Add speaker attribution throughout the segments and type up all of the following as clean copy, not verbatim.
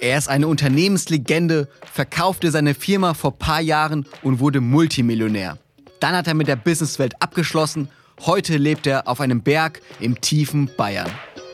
Speaker 1: Er ist eine Unternehmenslegende, verkaufte seine Firma vor ein paar Jahren und wurde Multimillionär. Dann hat er mit der Businesswelt abgeschlossen. Heute lebt er auf einem Berg im tiefen Bayern.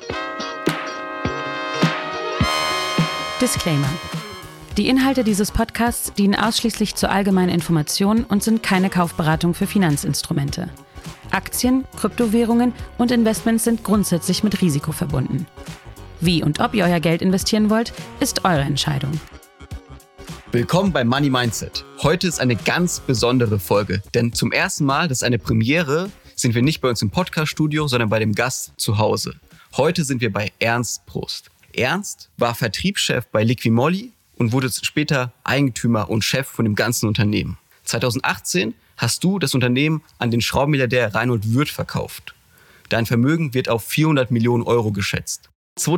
Speaker 2: Disclaimer. Die Inhalte dieses Podcasts dienen ausschließlich zur allgemeinen Information und sind keine Kaufberatung für Finanzinstrumente. Aktien, Kryptowährungen und Investments sind grundsätzlich mit Risiko verbunden. Wie und ob ihr euer Geld investieren wollt, ist eure Entscheidung.
Speaker 1: Willkommen bei Money Mindset. Heute ist eine ganz besondere Folge, denn zum ersten Mal, das ist eine Premiere, sind wir nicht bei uns im Podcast-Studio, sondern bei dem Gast zu Hause. Heute sind wir bei Ernst Prost. Ernst war Vertriebschef bei Liqui-Moly und wurde später Eigentümer und Chef von dem ganzen Unternehmen. 2018 hast du das Unternehmen an den Schraubenmilliardär Reinhold Würth verkauft. Dein Vermögen wird auf 400 Millionen Euro geschätzt.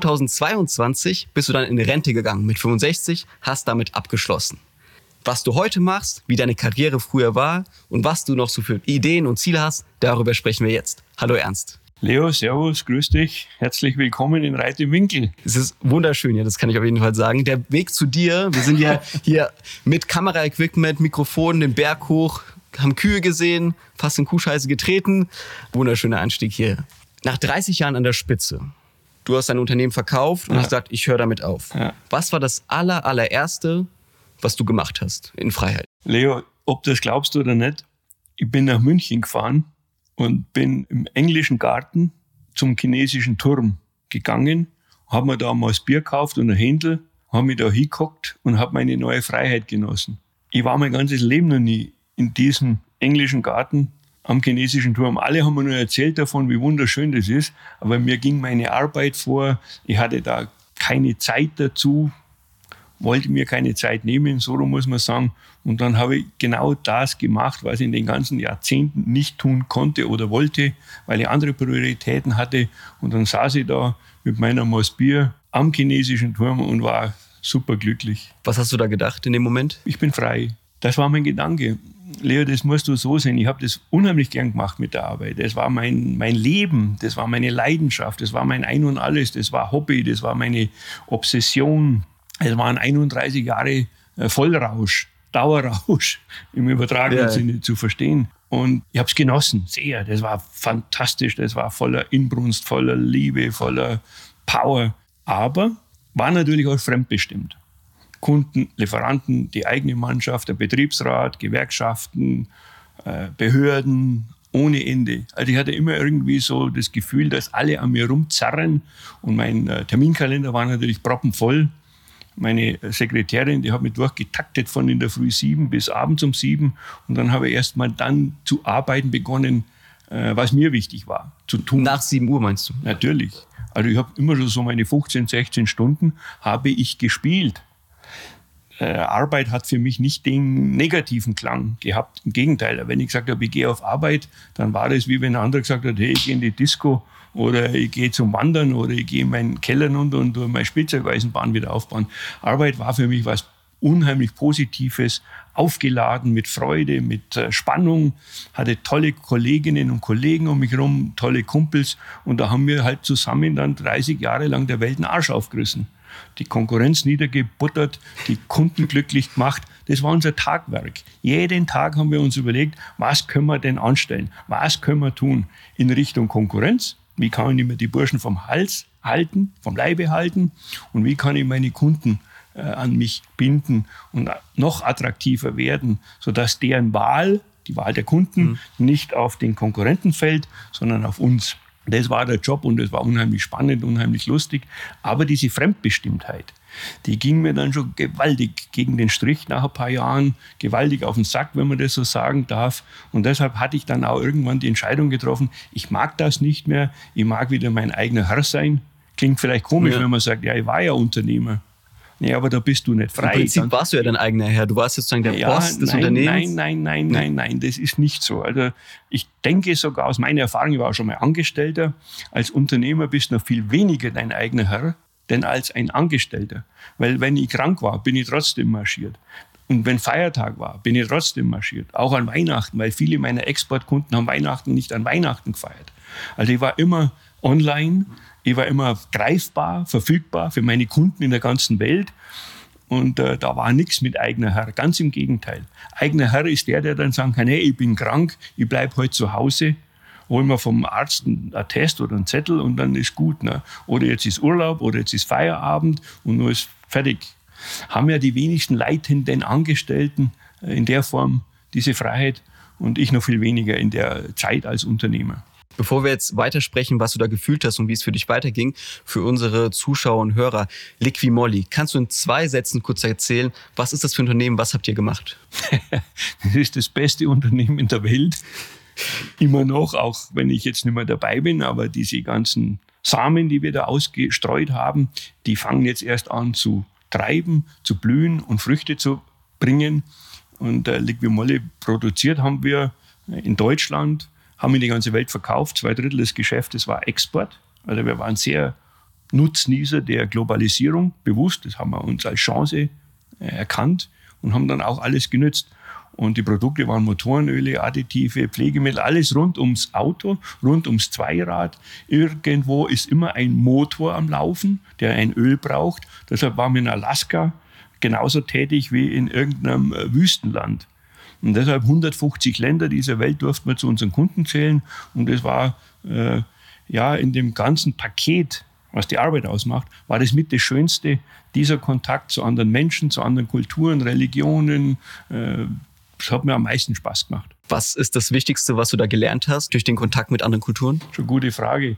Speaker 1: 2022 bist du dann in Rente gegangen mit 65, hast damit abgeschlossen. Was du heute machst, wie deine Karriere früher war und was du noch so für Ideen und Ziele hast, darüber sprechen wir jetzt. Hallo Ernst.
Speaker 3: Leo, servus, grüß dich. Herzlich willkommen in Reit im Winkel.
Speaker 1: Es ist wunderschön, ja, das kann ich auf jeden Fall sagen. Der Weg zu dir, wir sind ja hier mit Kameraequipment, Mikrofon, den Berg hoch, haben Kühe gesehen, fast in Kuhscheiße getreten. Wunderschöner Anstieg hier. Nach 30 Jahren an der Spitze. Du hast dein Unternehmen verkauft und hast gesagt, ich höre damit auf. Ja. Was war das allererste, was du gemacht hast in Freiheit?
Speaker 3: Leo, ob du das glaubst oder nicht, ich bin nach München gefahren und bin im englischen Garten zum chinesischen Turm gegangen, habe mir da mal das Bier gekauft und ein Händel, habe mich da hingehockt und habe meine neue Freiheit genossen. Ich war mein ganzes Leben noch nie in diesem englischen Garten am chinesischen Turm. Alle haben mir nur erzählt davon, wie wunderschön das ist, aber mir ging meine Arbeit vor. Ich hatte da keine Zeit dazu, wollte mir keine Zeit nehmen, so muss man sagen. Und dann habe ich genau das gemacht, was ich in den ganzen Jahrzehnten nicht tun konnte oder wollte, weil ich andere Prioritäten hatte. Und dann saß ich da mit meiner Maß Bier am chinesischen Turm und war super glücklich.
Speaker 1: Was hast du da gedacht in dem Moment?
Speaker 3: Ich bin frei. Das war mein Gedanke. Leo, das musst du so sehen. Ich habe das unheimlich gern gemacht mit der Arbeit. Das war mein Leben, das war meine Leidenschaft, das war mein Ein und Alles, das war Hobby, das war meine Obsession. Es waren 31 Jahre Vollrausch, Dauerrausch im übertragenen Sinne zu verstehen. Und ich habe es genossen, sehr. Das war fantastisch, das war voller Inbrunst, voller Liebe, voller Power. Aber war natürlich auch fremdbestimmt. Kunden, Lieferanten, die eigene Mannschaft, der Betriebsrat, Gewerkschaften, Behörden, ohne Ende. Also ich hatte immer irgendwie so das Gefühl, dass alle an mir rumzerren und mein Terminkalender war natürlich proppenvoll. Meine Sekretärin, die hat mich durchgetaktet von in der Früh 7 bis abends um 7 und dann habe ich erst mal dann zu arbeiten begonnen, was mir wichtig war, zu tun.
Speaker 1: Nach 7 Uhr meinst du?
Speaker 3: Natürlich. Also ich habe immer schon so meine 15, 16 Stunden habe ich gespielt. Arbeit hat für mich nicht den negativen Klang gehabt. Im Gegenteil, wenn ich gesagt habe, ich gehe auf Arbeit, dann war das wie wenn ein anderer gesagt hat, hey, ich gehe in die Disco oder ich gehe zum Wandern oder ich gehe in meinen Keller runter und meine Spielzeugeisenbahn wieder aufbauen. Arbeit war für mich was unheimlich Positives, aufgeladen mit Freude, mit Spannung, hatte tolle Kolleginnen und Kollegen um mich herum, tolle Kumpels und da haben wir halt zusammen dann 30 Jahre lang der Welt den Arsch aufgerissen. Die Konkurrenz niedergebuttert, die Kunden glücklich gemacht. Das war unser Tagwerk. Jeden Tag haben wir uns überlegt, was können wir denn anstellen? Was können wir tun in Richtung Konkurrenz? Wie kann ich mir die Burschen vom Hals halten, vom Leibe halten? Und wie kann ich meine Kunden an mich binden und noch attraktiver werden, sodass deren Wahl, die Wahl der Kunden, nicht auf den Konkurrenten fällt, sondern auf uns. Das war der Job und das war unheimlich spannend, unheimlich lustig. Aber diese Fremdbestimmtheit, die ging mir dann schon gewaltig gegen den Strich nach ein paar Jahren, gewaltig auf den Sack, wenn man das so sagen darf. Und deshalb hatte ich dann auch irgendwann die Entscheidung getroffen, ich mag das nicht mehr, ich mag wieder mein eigener Herr sein. Klingt vielleicht komisch, wenn man sagt, ja, ich war ja Unternehmer. Nee, aber da bist du nicht frei.
Speaker 1: Im Prinzip warst du ja dein eigener Herr. Du warst sozusagen der Boss des Unternehmens.
Speaker 3: Nein, das ist nicht so. Also ich denke sogar aus meiner Erfahrung, ich war auch schon mal Angestellter, als Unternehmer bist du noch viel weniger dein eigener Herr, denn als ein Angestellter. Weil wenn ich krank war, bin ich trotzdem marschiert. Und wenn Feiertag war, bin ich trotzdem marschiert. Auch an Weihnachten, weil viele meiner Exportkunden haben Weihnachten nicht an Weihnachten gefeiert. Also ich war immer online. Ich war immer greifbar, verfügbar für meine Kunden in der ganzen Welt. Und da war nichts mit eigener Herr, ganz im Gegenteil. Eigener Herr ist der dann sagen kann, hey, ich bin krank, ich bleibe heute zu Hause, hol mir vom Arzt einen Attest oder einen Zettel und dann ist gut. Ne? Oder jetzt ist Urlaub oder jetzt ist Feierabend und nur ist fertig. Haben ja die wenigsten leitenden Angestellten in der Form diese Freiheit und ich noch viel weniger in der Zeit als Unternehmer.
Speaker 1: Bevor wir jetzt weitersprechen, was du da gefühlt hast und wie es für dich weiterging, für unsere Zuschauer und Hörer, Liqui-Moly, kannst du in 2 Sätzen kurz erzählen, was ist das für ein Unternehmen, was habt ihr gemacht?
Speaker 3: Das ist das beste Unternehmen in der Welt. Immer noch, auch wenn ich jetzt nicht mehr dabei bin, aber diese ganzen Samen, die wir da ausgestreut haben, die fangen jetzt erst an zu treiben, zu blühen und Früchte zu bringen. Und Liqui-Moly produziert haben wir in Deutschland, haben in die ganze Welt verkauft. 2/3 des Geschäftes war Export. Also wir waren sehr Nutznießer der Globalisierung, bewusst. Das haben wir uns als Chance erkannt und haben dann auch alles genützt. Und die Produkte waren Motorenöle, Additive, Pflegemittel, alles rund ums Auto, rund ums Zweirad. Irgendwo ist immer ein Motor am Laufen, der ein Öl braucht. Deshalb waren wir in Alaska genauso tätig wie in irgendeinem Wüstenland. Und deshalb 150 Länder dieser Welt durften wir zu unseren Kunden zählen. Und das war in dem ganzen Paket, was die Arbeit ausmacht, war das mit das Schönste, dieser Kontakt zu anderen Menschen, zu anderen Kulturen, Religionen. Das hat mir am meisten Spaß gemacht.
Speaker 1: Was ist das Wichtigste, was du da gelernt hast durch den Kontakt mit anderen Kulturen?
Speaker 3: Schon eine gute Frage.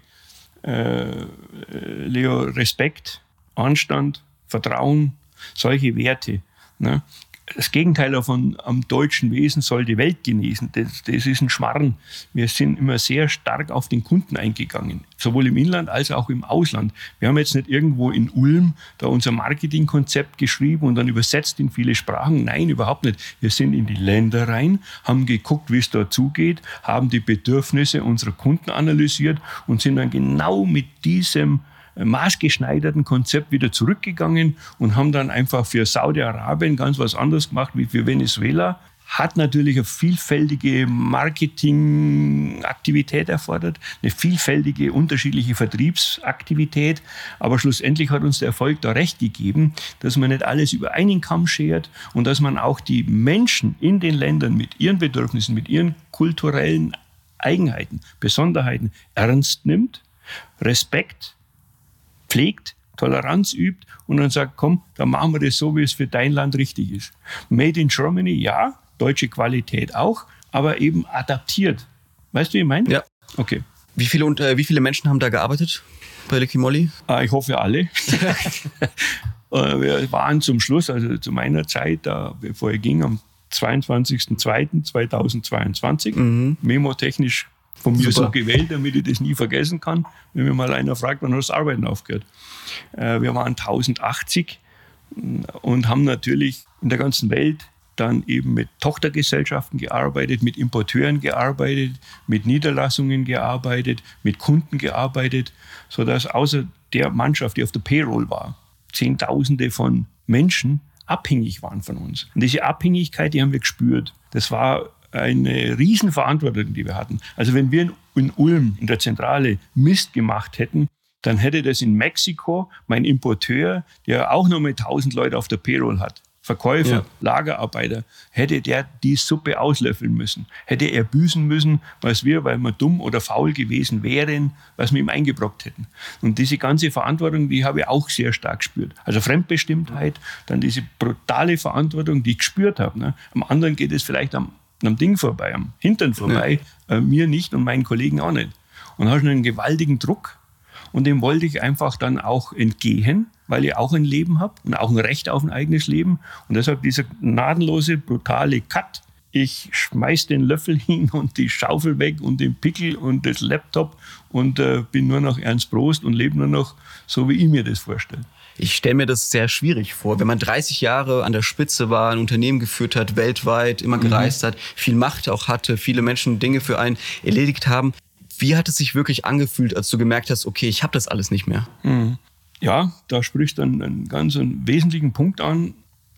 Speaker 3: Leo, Respekt, Anstand, Vertrauen, solche Werte. Ne? Das Gegenteil davon, am deutschen Wesen soll die Welt genießen. Das ist ein Schmarrn. Wir sind immer sehr stark auf den Kunden eingegangen, sowohl im Inland als auch im Ausland. Wir haben jetzt nicht irgendwo in Ulm da unser Marketingkonzept geschrieben und dann übersetzt in viele Sprachen. Nein, überhaupt nicht. Wir sind in die Länder rein, haben geguckt, wie es da zugeht, haben die Bedürfnisse unserer Kunden analysiert und sind dann genau mit diesem maßgeschneiderten Konzept wieder zurückgegangen und haben dann einfach für Saudi-Arabien ganz was anderes gemacht wie für Venezuela. Hat natürlich eine vielfältige Marketingaktivität erfordert, eine vielfältige unterschiedliche Vertriebsaktivität, aber schlussendlich hat uns der Erfolg da recht gegeben, dass man nicht alles über einen Kamm schert und dass man auch die Menschen in den Ländern mit ihren Bedürfnissen, mit ihren kulturellen Eigenheiten, Besonderheiten ernst nimmt, Respekt pflegt, Toleranz übt und dann sagt, komm, dann machen wir das so, wie es für dein Land richtig ist. Made in Germany, ja, deutsche Qualität auch, aber eben adaptiert. Weißt du, wie ich meine?
Speaker 1: Ja.
Speaker 3: Okay.
Speaker 1: Wie viele Menschen haben da gearbeitet bei Liqui-Moly?
Speaker 3: Ich hoffe alle. Wir waren zum Schluss, also zu meiner Zeit, bevor ich ging, am 22.02.2022, memotechnisch von mir so gewählt, damit ich das nie vergessen kann, wenn mir mal einer fragt, wann hast du das Arbeiten aufgehört. Wir waren 1080 und haben natürlich in der ganzen Welt dann eben mit Tochtergesellschaften gearbeitet, mit Importeuren gearbeitet, mit Niederlassungen gearbeitet, mit Kunden gearbeitet, sodass außer der Mannschaft, die auf der Payroll war, Zehntausende von Menschen abhängig waren von uns. Und diese Abhängigkeit, die haben wir gespürt. Das war eine Riesenverantwortung, die wir hatten. Also wenn wir in Ulm, in der Zentrale, Mist gemacht hätten, dann hätte das in Mexiko mein Importeur, der auch noch mal 1000 Leute auf der Payroll hat, Verkäufer, Lagerarbeiter, hätte der die Suppe auslöffeln müssen. Hätte er büßen müssen, was wir, weil wir dumm oder faul gewesen wären, was wir ihm eingebrockt hätten. Und diese ganze Verantwortung, die habe ich auch sehr stark gespürt. Also Fremdbestimmtheit, dann diese brutale Verantwortung, die ich gespürt habe. Ne? Am anderen geht es vielleicht am Ding vorbei, am Hintern vorbei, mir nicht und meinen Kollegen auch nicht. Und da hast du einen gewaltigen Druck und dem wollte ich einfach dann auch entgehen, weil ich auch ein Leben habe und auch ein Recht auf ein eigenes Leben. Und deshalb dieser gnadenlose, brutale Cut. Ich schmeiß den Löffel hin und die Schaufel weg und den Pickel und das Laptop und bin nur noch Ernst Prost und lebe nur noch so, wie ich mir das vorstelle.
Speaker 1: Ich stelle mir das sehr schwierig vor, wenn man 30 Jahre an der Spitze war, ein Unternehmen geführt hat, weltweit, immer gereist hat, viel Macht auch hatte, viele Menschen Dinge für einen erledigt haben. Wie hat es sich wirklich angefühlt, als du gemerkt hast, okay, ich habe das alles nicht mehr?
Speaker 3: Ja, da sprichst du einen ganz wesentlichen Punkt an.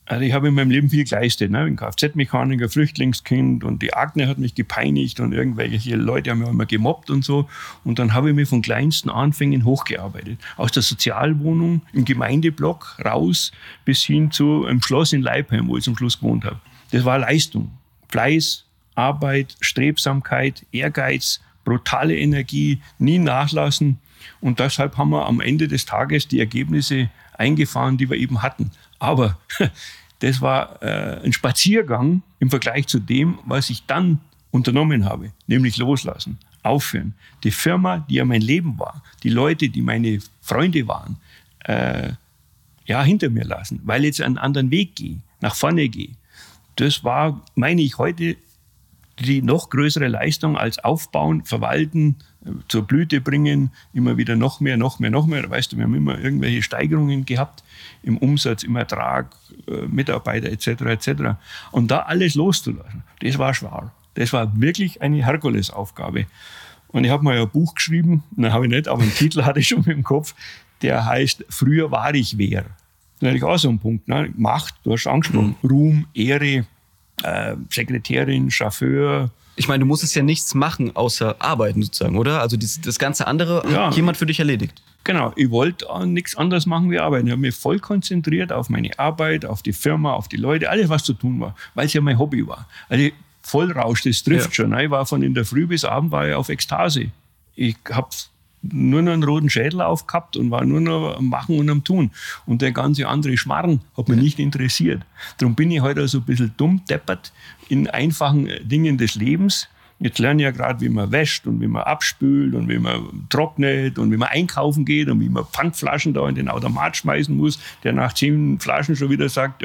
Speaker 3: Also ich habe in meinem Leben viel geleistet. Ne? Ich bin Kfz-Mechaniker, Flüchtlingskind und die Agne hat mich gepeinigt und irgendwelche Leute haben mich immer gemobbt und so. Und dann habe ich mich von kleinsten Anfängen hochgearbeitet. Aus der Sozialwohnung im Gemeindeblock raus bis hin zu einem Schloss in Leipheim, wo ich zum Schluss gewohnt habe. Das war Leistung. Fleiß, Arbeit, Strebsamkeit, Ehrgeiz, brutale Energie, nie nachlassen. Und deshalb haben wir am Ende des Tages die Ergebnisse eingefahren, die wir eben hatten. Aber das war ein Spaziergang im Vergleich zu dem, was ich dann unternommen habe, nämlich loslassen, aufhören. Die Firma, die ja mein Leben war, die Leute, die meine Freunde waren, hinter mir lassen, weil ich jetzt einen anderen Weg gehe, nach vorne gehe. Das war, meine ich, heute die noch größere Leistung als aufbauen, verwalten, zur Blüte bringen, immer wieder noch mehr. Da weißt du, wir haben immer irgendwelche Steigerungen gehabt im Umsatz, im Ertrag, Mitarbeiter etc. Und da alles loszulassen, das war schwer. Das war wirklich eine Herkulesaufgabe. Und ich habe mal ein Buch geschrieben, habe ich nicht, aber einen Titel hatte ich schon im Kopf, der heißt "Früher war ich wer". Das ist natürlich auch so ein Punkt. Ne? Macht, du hast angesprochen, Ruhm, Ehre, Sekretärin, Chauffeur.
Speaker 1: Ich meine, du musstest ja nichts machen, außer arbeiten sozusagen, oder? Also das ganze andere hat jemand für dich erledigt.
Speaker 3: Genau, ich wollte nichts anderes machen wie arbeiten. Ich habe mich voll konzentriert auf meine Arbeit, auf die Firma, auf die Leute, alles, was zu tun war, weil es ja mein Hobby war. Also Vollrausch, das trifft schon. Ich war von in der Früh bis Abend war ich auf Ekstase. Ich habe nur noch einen roten Schädel aufgehabt und war nur noch am Machen und am Tun. Und der ganze andere Schmarrn hat mich nicht interessiert. Darum bin ich heute so ein bisschen dumm, deppert in einfachen Dingen des Lebens. Jetzt lerne ich ja gerade, wie man wäscht und wie man abspült und wie man trocknet und wie man einkaufen geht und wie man Pfandflaschen da in den Automat schmeißen muss, der nach 10 Flaschen schon wieder sagt,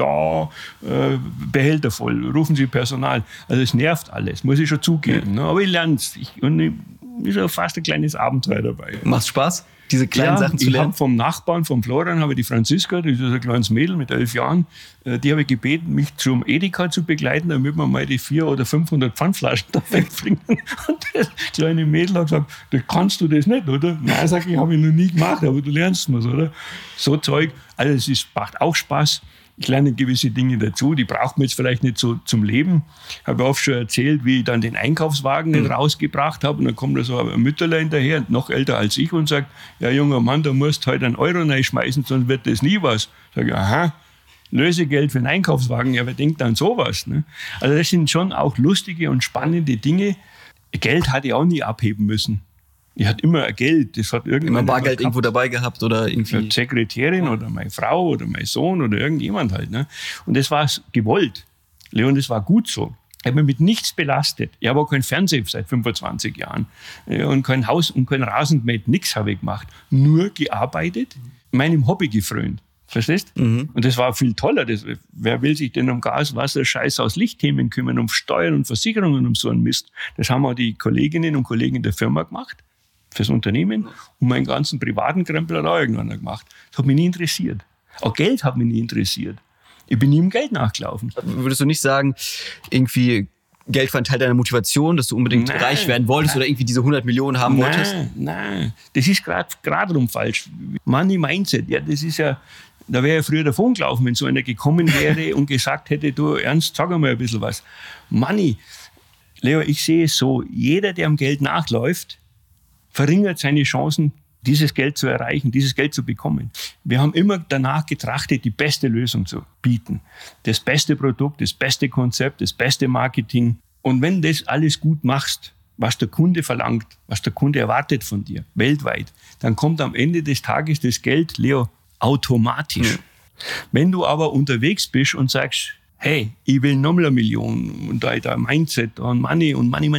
Speaker 3: Behälter voll, rufen Sie Personal. Also es nervt alles, muss ich schon zugeben. Ne? Aber ich lerne es. Ist ja fast ein kleines Abenteuer dabei.
Speaker 1: Macht Spaß, diese kleinen Sachen zu lernen?
Speaker 3: Ich habe vom Nachbarn, vom Florian, habe ich die Franziska, das ist ein kleines Mädel mit 11 Jahren, die habe ich gebeten, mich zum Edeka zu begleiten, damit wir mal die 400 oder 500 Pfandflaschen da wegbringen. Und das kleine Mädel hat gesagt, kannst du das nicht, oder? Nein, sag ich, habe ich noch nie gemacht, aber du lernst es, oder? So Zeug, also es macht auch Spaß. Ich lerne gewisse Dinge dazu, die braucht man jetzt vielleicht nicht so zum Leben. Ich habe oft schon erzählt, wie ich dann den Einkaufswagen nicht rausgebracht habe. Und dann kommt da so ein Mütterler hinterher, noch älter als ich, und sagt, ja, junger Mann, da musst du heute einen Euro reinschmeißen, sonst wird das nie was. Sag ich, aha, Lösegeld für einen Einkaufswagen, ja, wer denkt an sowas? Ne? Also das sind schon auch lustige und spannende Dinge. Geld hatte ich auch nie abheben müssen. Ich hatte immer Geld. Das hat
Speaker 1: immer Bargeld irgendwo dabei gehabt oder irgendwie.
Speaker 3: Eine Sekretärin oder meine Frau oder mein Sohn oder irgendjemand halt. Ne? Und das war gewollt. Leon, das war gut so. Ich habe mich mit nichts belastet. Ich habe auch kein Fernseher seit 25 Jahren. Und kein Haus und kein Rasen gemäht. Nichts habe ich gemacht. Nur gearbeitet, meinem Hobby gefrönt. Verstehst? Und das war viel toller. Wer will sich denn um Gas, Wasser, Scheiß aus Lichtthemen kümmern, um Steuern und Versicherungen, um so einen Mist? Das haben auch die Kolleginnen und Kollegen der Firma gemacht. Fürs Unternehmen und meinen ganzen privaten Krempel hat auch irgendwann gemacht. Das hat mich nie interessiert. Auch Geld hat mich nie interessiert. Ich bin nie im Geld nachgelaufen.
Speaker 1: Würdest du nicht sagen, irgendwie Geld war ein Teil deiner Motivation, dass du unbedingt reich werden wolltest oder irgendwie diese 100 Millionen haben wolltest?
Speaker 3: Nein, das ist gerade drum falsch. Money Mindset, ja, das ist ja, da wäre ja früher davon gelaufen, wenn so einer gekommen wäre und gesagt hätte, du Ernst, sag einmal ein bisschen was. Money, Leo, ich sehe es so, jeder, der am Geld nachläuft, verringert seine Chancen, dieses Geld zu erreichen, dieses Geld zu bekommen. Wir haben immer danach getrachtet, die beste Lösung zu bieten. Das beste Produkt, das beste Konzept, das beste Marketing. Und wenn das alles gut machst, was der Kunde verlangt, was der Kunde erwartet von dir, weltweit, dann kommt am Ende des Tages das Geld, Leo, automatisch. Wenn du aber unterwegs bist und sagst, hey, ich will nochmal 1 Million und da Mindset und Money,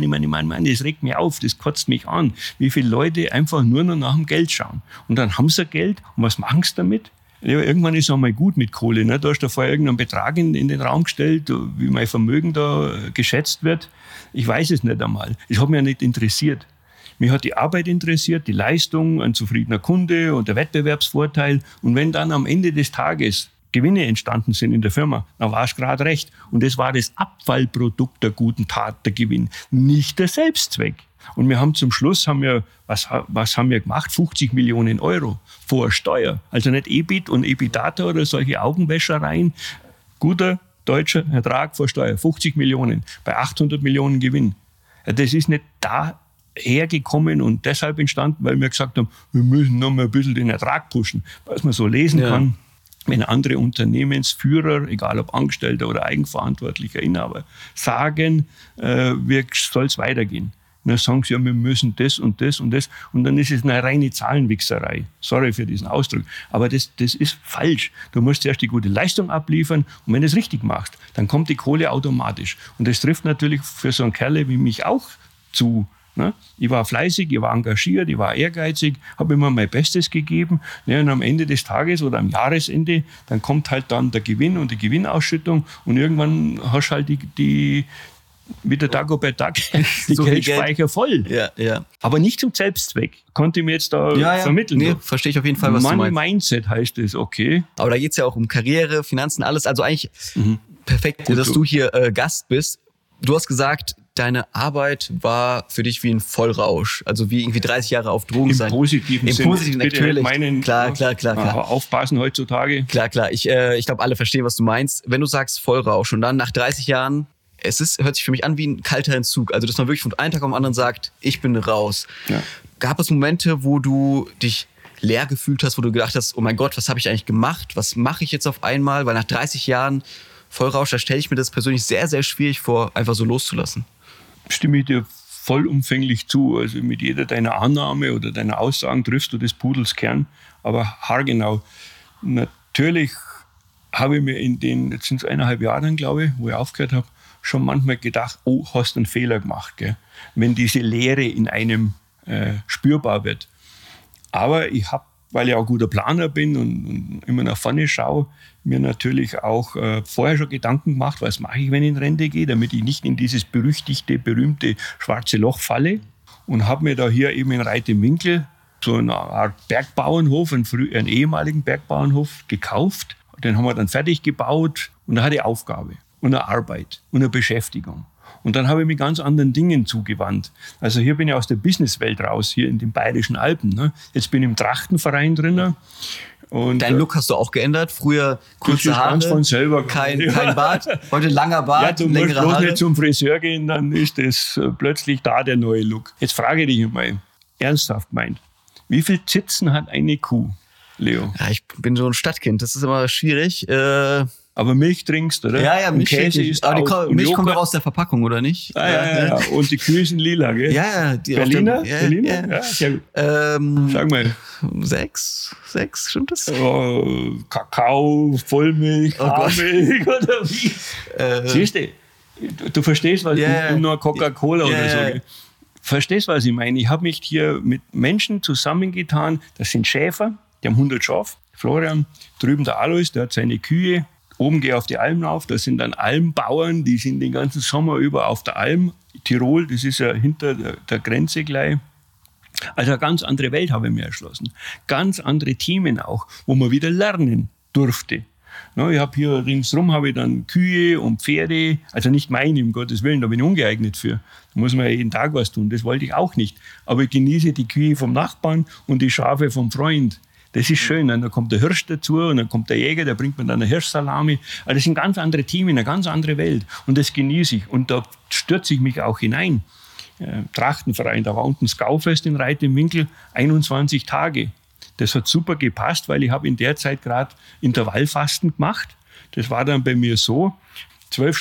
Speaker 3: das regt mich auf, das kotzt mich an, wie viele Leute einfach nur noch nach dem Geld schauen. Und dann haben sie Geld und was machen sie damit? Ja, irgendwann ist es einmal gut mit Kohle. Ne? Du hast da vorher irgendeinen Betrag in den Raum gestellt, wie mein Vermögen da geschätzt wird. Ich weiß es nicht einmal. Es hat mich ja nicht interessiert. Mich hat die Arbeit interessiert, die Leistung, ein zufriedener Kunde und der Wettbewerbsvorteil. Und wenn dann am Ende des Tages Gewinne entstanden sind in der Firma, dann war es gerade recht. Und es war das Abfallprodukt der guten Tat, der Gewinn, nicht der Selbstzweck. Und wir haben zum Schluss, was haben wir gemacht? 50 Millionen Euro vor Steuer. Also nicht EBIT und EBITDA oder solche Augenwäschereien. Guter deutscher Ertrag vor Steuer, 50 Millionen bei 800 Millionen Gewinn. Ja, das ist nicht dahergekommen und deshalb entstanden, weil wir gesagt haben, wir müssen noch mal ein bisschen den Ertrag pushen, was man so lesen kann. Wenn andere Unternehmensführer, egal ob Angestellter oder eigenverantwortlicher Inhaber, sagen, wie soll es weitergehen? Und dann sagen sie, ja, wir müssen das und das und das. Und dann ist es eine reine Zahlenwichserei. Sorry für diesen Ausdruck. Aber das ist falsch. Du musst erst die gute Leistung abliefern. Und wenn du es richtig machst, dann kommt die Kohle automatisch. Und das trifft natürlich für so einen Kerl wie mich auch zu. Ne? Ich war fleißig, ich war engagiert, ich war ehrgeizig, habe immer mein Bestes gegeben. Ne? Und am Ende des Tages oder am Jahresende, dann kommt halt dann der Gewinn und die Gewinnausschüttung. Und irgendwann hast du halt die wie der Dagobert Duck, die so Geldspeicher voll.
Speaker 1: Ja.
Speaker 3: Aber nicht zum Selbstzweck. Konnte ich mir jetzt da vermitteln.
Speaker 1: Nee, verstehe ich auf jeden Fall, was du meinst.
Speaker 3: Money Mindset heißt es, okay.
Speaker 1: Aber da geht es ja auch um Karriere, Finanzen, alles. Also eigentlich perfekt, gut, dass du hier Gast bist. Du hast gesagt, deine Arbeit war für dich wie ein Vollrausch. Also wie irgendwie 30 Jahre auf Drogen sein.
Speaker 3: Im positiven Sinne.
Speaker 1: Im positiven, natürlich. Klar.
Speaker 3: Aufpassen heutzutage.
Speaker 1: Klar. Ich glaube, alle verstehen, was du meinst. Wenn du sagst Vollrausch und dann nach 30 Jahren, hört sich für mich an wie ein kalter Entzug. Also, dass man wirklich von einem Tag auf den anderen sagt, ich bin raus. Ja. Gab es Momente, wo du dich leer gefühlt hast, wo du gedacht hast, oh mein Gott, was habe ich eigentlich gemacht? Was mache ich jetzt auf einmal? Weil nach 30 Jahren Vollrausch, da stelle ich mir das persönlich sehr, sehr schwierig vor, einfach so loszulassen.
Speaker 3: Stimme ich dir vollumfänglich zu. Also mit jeder deiner Annahme oder deiner Aussagen triffst du des Pudels Kern. Aber haargenau. Natürlich habe ich mir jetzt sind es 1,5 Jahre, glaube ich, wo ich aufgehört habe, schon manchmal gedacht, oh, hast einen Fehler gemacht, gell? Wenn diese Leere in einem spürbar wird. Aber ich habe, weil ich auch guter Planer bin und immer nach vorne schaue, mir natürlich auch vorher schon Gedanken gemacht, was mache ich, wenn ich in Rente gehe, damit ich nicht in dieses berühmte schwarze Loch falle. Und habe mir da hier eben in Reit im Winkel so eine Art Bergbauernhof, einen ehemaligen Bergbauernhof gekauft. Den haben wir dann fertig gebaut und da hatte ich Aufgabe und eine Arbeit und eine Beschäftigung. Und dann habe ich mich ganz anderen Dingen zugewandt. Also hier bin ich aus der Businesswelt raus, hier in den Bayerischen Alpen. Ne? Jetzt bin ich im Trachtenverein drin. Und
Speaker 1: deinen Look hast du auch geändert? Früher kurze Haare,
Speaker 3: ganz von selber
Speaker 1: kein Bart, heute langer Bart,
Speaker 3: ja,
Speaker 1: längere Haare.
Speaker 3: Du musst nicht zum Friseur gehen, dann ist das plötzlich da der neue Look. Jetzt frage ich dich mal, ernsthaft gemeint, wie viel Zitzen hat eine Kuh, Leo?
Speaker 1: Ja, ich bin so ein Stadtkind, das ist immer schwierig.
Speaker 3: Aber Milch trinkst, oder?
Speaker 1: Ja, Milch.
Speaker 3: Käse ist
Speaker 1: aber die Milch kommt doch aus der Verpackung, oder nicht?
Speaker 3: Ja. Und die Kühe sind lila, gell?
Speaker 1: Ja. Die
Speaker 3: Berliner? Ja, sehr gut. Sag mal.
Speaker 1: 6, stimmt das?
Speaker 3: Oh, Kakao, Vollmilch, Haarmilch oder wie? Siehst du verstehst, was und nur Coca-Cola oder so. Gell? Verstehst, was ich meine? Ich habe mich hier mit Menschen zusammengetan, das sind Schäfer, die haben 100 Schafe. Florian, drüben der Alois, der hat seine Kühe. Oben gehe ich auf die Alm rauf, da sind dann Almbauern, die sind den ganzen Sommer über auf der Alm. Tirol, das ist ja hinter der Grenze gleich. Also eine ganz andere Welt habe ich mir erschlossen. Ganz andere Themen auch, wo man wieder lernen durfte. Ich habe hier ringsrum habe ich dann Kühe und Pferde, also nicht meine, um Gottes Willen, da bin ich ungeeignet für. Da muss man ja jeden Tag was tun, das wollte ich auch nicht. Aber ich genieße die Kühe vom Nachbarn und die Schafe vom Freund. Das ist schön. Dann kommt der Hirsch dazu und dann kommt der Jäger, der bringt mir dann eine Hirschsalami. Also das sind ganz andere Themen, eine ganz andere Welt. Und das genieße ich. Und da stürze ich mich auch hinein. Trachtenverein, da war unten das Gaufest in Reit im Winkel, 21 Tage. Das hat super gepasst, weil ich habe in der Zeit gerade Intervallfasten gemacht. Das war dann bei mir so, 12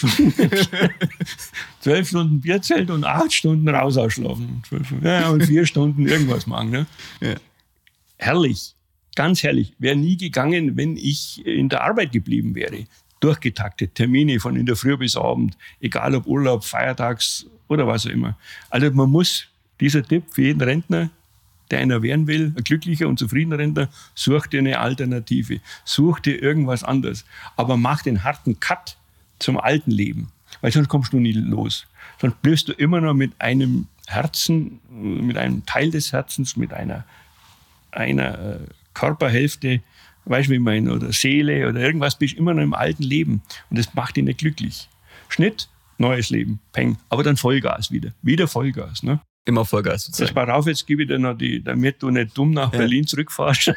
Speaker 3: Stunden Bierzelt und 8 Stunden raus ausschlafen. Und 4 Stunden irgendwas machen. Ne? Ja. Herrlich. Ganz herrlich. Wäre nie gegangen, wenn ich in der Arbeit geblieben wäre. Durchgetaktet, Termine von in der Früh bis Abend, egal ob Urlaub, Feiertags oder was auch immer. Also man muss, dieser Tipp für jeden Rentner, der einer werden will, ein glücklicher und zufriedener Rentner, such dir eine Alternative. Such dir irgendwas anderes. Aber mach den harten Cut zum alten Leben, weil sonst kommst du nie los. Sonst bleibst du immer noch mit einem Herzen, mit einem Teil des Herzens, mit einer Körperhälfte, weißt du, wie ich meine, oder Seele oder irgendwas, bist immer noch im alten Leben. Und das macht dich nicht glücklich. Schnitt, neues Leben, peng. Aber dann Vollgas wieder. Wieder Vollgas. Ne?
Speaker 1: Immer Vollgas
Speaker 3: Das
Speaker 1: sozusagen.
Speaker 3: war auf, jetzt gebe ich dir noch damit du nicht dumm nach Berlin zurückfährst.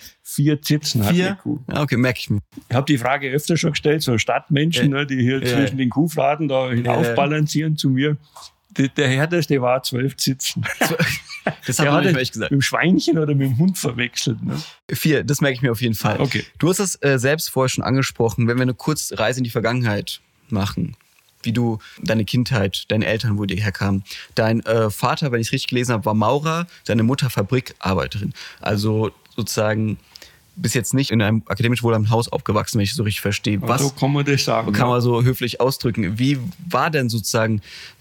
Speaker 3: 4 Zitzen hat die Kuh.
Speaker 1: Ja, okay, merke ich mir.
Speaker 3: Ich habe die Frage öfter schon gestellt, so Stadtmenschen, ne, die hier zwischen den Kuhfladen da hinaufbalancieren zu mir. Der härteste war 12 Zitzen.
Speaker 1: Das hat man nicht echt gesagt.
Speaker 3: Mit dem Schweinchen oder mit dem Hund verwechselt. Ne?
Speaker 1: 4, das merke ich mir auf jeden Fall.
Speaker 3: Okay.
Speaker 1: Du hast das selbst vorher schon angesprochen, wenn wir eine kurze Reise in die Vergangenheit machen, wie du deine Kindheit, deine Eltern, wo die herkamen. Dein Vater, wenn ich es richtig gelesen habe, war Maurer, deine Mutter Fabrikarbeiterin. Also sozusagen bis jetzt nicht in einem akademisch wohlhabenden Haus aufgewachsen, wenn ich es so richtig verstehe.
Speaker 3: Was so kann man das sagen?
Speaker 1: Kann man so höflich ausdrücken. Wie war denn sozusagen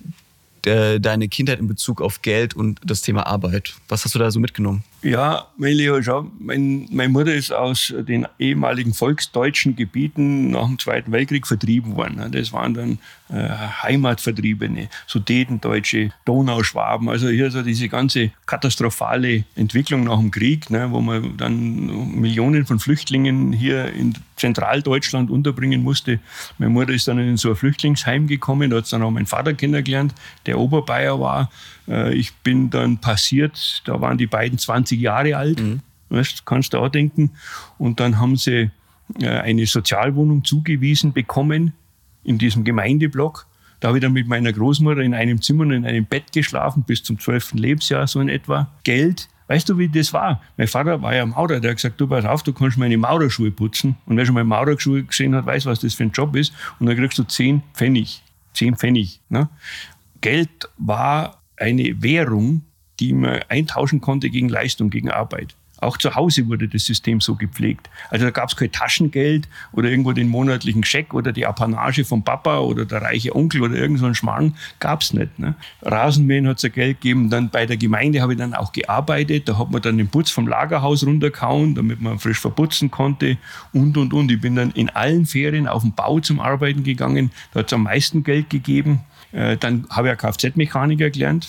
Speaker 1: deine Kindheit in Bezug auf Geld und das Thema Arbeit? Was hast du da so mitgenommen?
Speaker 3: Ja, mein Leo, schau, meine Mutter ist aus den ehemaligen volksdeutschen Gebieten nach dem Zweiten Weltkrieg vertrieben worden. Das waren dann Heimatvertriebene, Sudetendeutsche, Donauschwaben. Also hier so diese ganze katastrophale Entwicklung nach dem Krieg, ne, wo man dann Millionen von Flüchtlingen hier in Zentraldeutschland unterbringen musste. Meine Mutter ist dann in so ein Flüchtlingsheim gekommen, da hat dann auch mein Vater kennengelernt, der Oberbayer war. Ich bin dann passiert, da waren die beiden 20 Jahre alt, weißt, kannst du auch denken. Und dann haben sie eine Sozialwohnung zugewiesen bekommen in diesem Gemeindeblock. Da habe ich dann mit meiner Großmutter in einem Zimmer und in einem Bett geschlafen, bis zum 12. Lebensjahr so in etwa. Geld, weißt du, wie das war? Mein Vater war ja Maurer, der hat gesagt, du pass auf, du kannst meine Maurerschuhe putzen. Und wer schon mal Maurerschuhe gesehen hat, weiß, was das für ein Job ist. Und dann kriegst du 10 Pfennig. 10 Pfennig. Ne? Geld war eine Währung, die man eintauschen konnte gegen Leistung, gegen Arbeit. Auch zu Hause wurde das System so gepflegt. Also da gab es kein Taschengeld oder irgendwo den monatlichen Scheck oder die Apanage vom Papa oder der reiche Onkel oder irgend so ein Schmarrn. Gab es nicht. Ne? Rasenmähen hat es ja Geld gegeben. Dann bei der Gemeinde habe ich dann auch gearbeitet. Da hat man dann den Putz vom Lagerhaus runtergehauen, damit man frisch verputzen konnte und. Ich bin dann in allen Ferien auf den Bau zum Arbeiten gegangen. Da hat es am meisten Geld gegeben. Dann habe ich ja Kfz-Mechaniker gelernt.